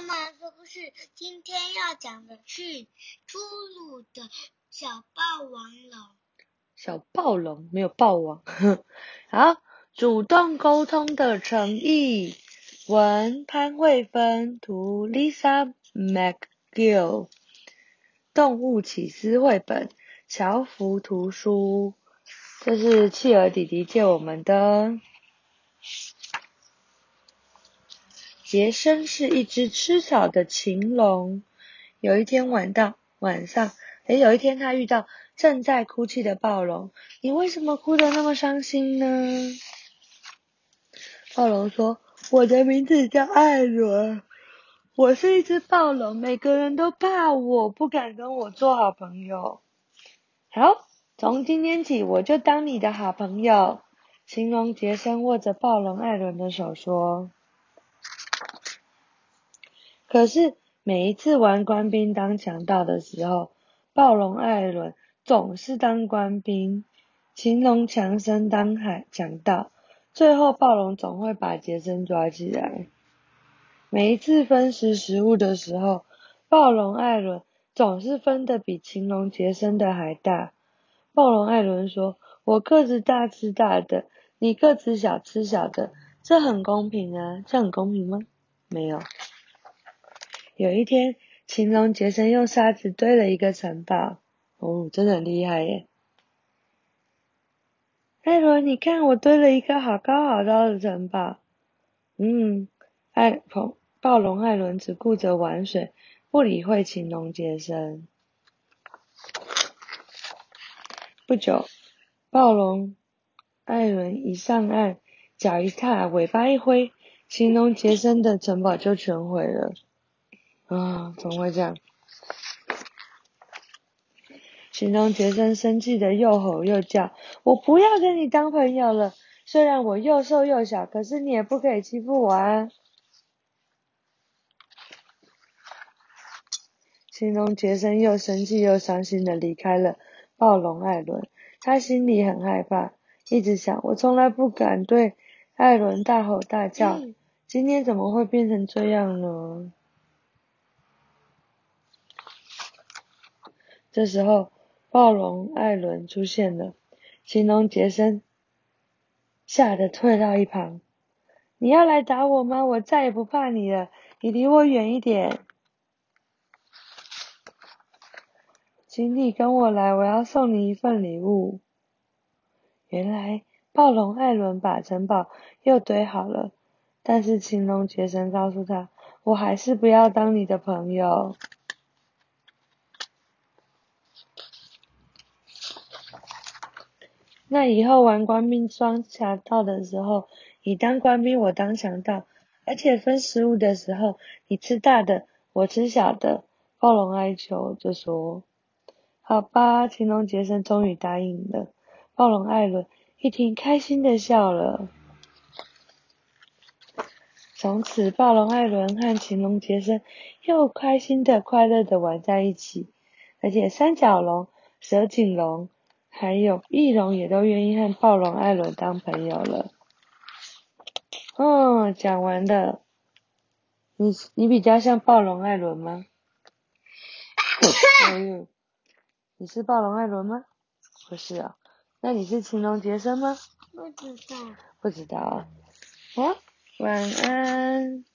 妈说故事，今天要讲的是粗鲁的小霸王龙。 小暴龙没有霸王。好，主动沟通的诚意。文潘慧芬，图 Lisa McGill。动物起司绘本，乔福图书。这是企鹅弟弟借我们的。杰森是一只吃草的禽龙。有一天晚上，有一天他遇到正在哭泣的暴龙。你为什么哭得那么伤心呢？暴龙说，我的名字叫艾伦，我是一只暴龙，每个人都怕我，不敢跟我做好朋友。好，从今天起我就当你的好朋友。禽龙杰森握着暴龙艾伦的手说。可是每一次玩官兵当强盗的时候，暴龙艾伦总是当官兵，禽龙强森当强盗，最后暴龙总会把杰森抓起来。每一次分食物的时候，暴龙艾伦总是分得比禽龙杰森的还大。暴龙艾伦说，我个子大吃大的，你个子小吃小的，这很公平啊，这很公平吗？没有。有一天，禽龙杰森用沙子堆了一个城堡。真的很厉害耶。艾伦，你看我堆了一个好高好高的城堡。暴龙艾伦只顾着玩水，不理会禽龙杰森。不久，暴龙艾伦一上岸，脚一踏，尾巴一挥，禽龙杰森的城堡就全毁了。怎么会这样？禽龙杰森生气的又吼又叫，我不要跟你当朋友了，虽然我又瘦又小，可是你也不可以欺负我啊。禽龙杰森又生气又伤心的离开了暴龙艾伦，他心里很害怕，一直想，我从来不敢对艾伦大吼大叫，今天怎么会变成这样呢？这时候暴龙艾伦出现了，禽龙杰森吓得退到一旁。你要来打我吗？我再也不怕你了，你离我远一点。请你跟我来，我要送你一份礼物。原来暴龙艾伦把城堡又堆好了，但是禽龙杰森告诉他，我还是不要当你的朋友。那以后玩官兵装强盗的时候，你当官兵，我当强盗，而且分食物的时候，你吃大的，我吃小的。暴龙哀求就说，好吧，禽龙杰森终于答应了。暴龙艾伦一听开心的笑了。从此暴龙艾伦和禽龙杰森又开心的快乐的玩在一起，而且三角龙、蛇颈龙还有翼龙也都愿意和暴龙艾伦当朋友了。讲完了。你比较像暴龙艾伦吗？你是暴龙艾伦吗？不是啊。那你是禽龙杰森吗？ 不知道。 不知道啊。晚安。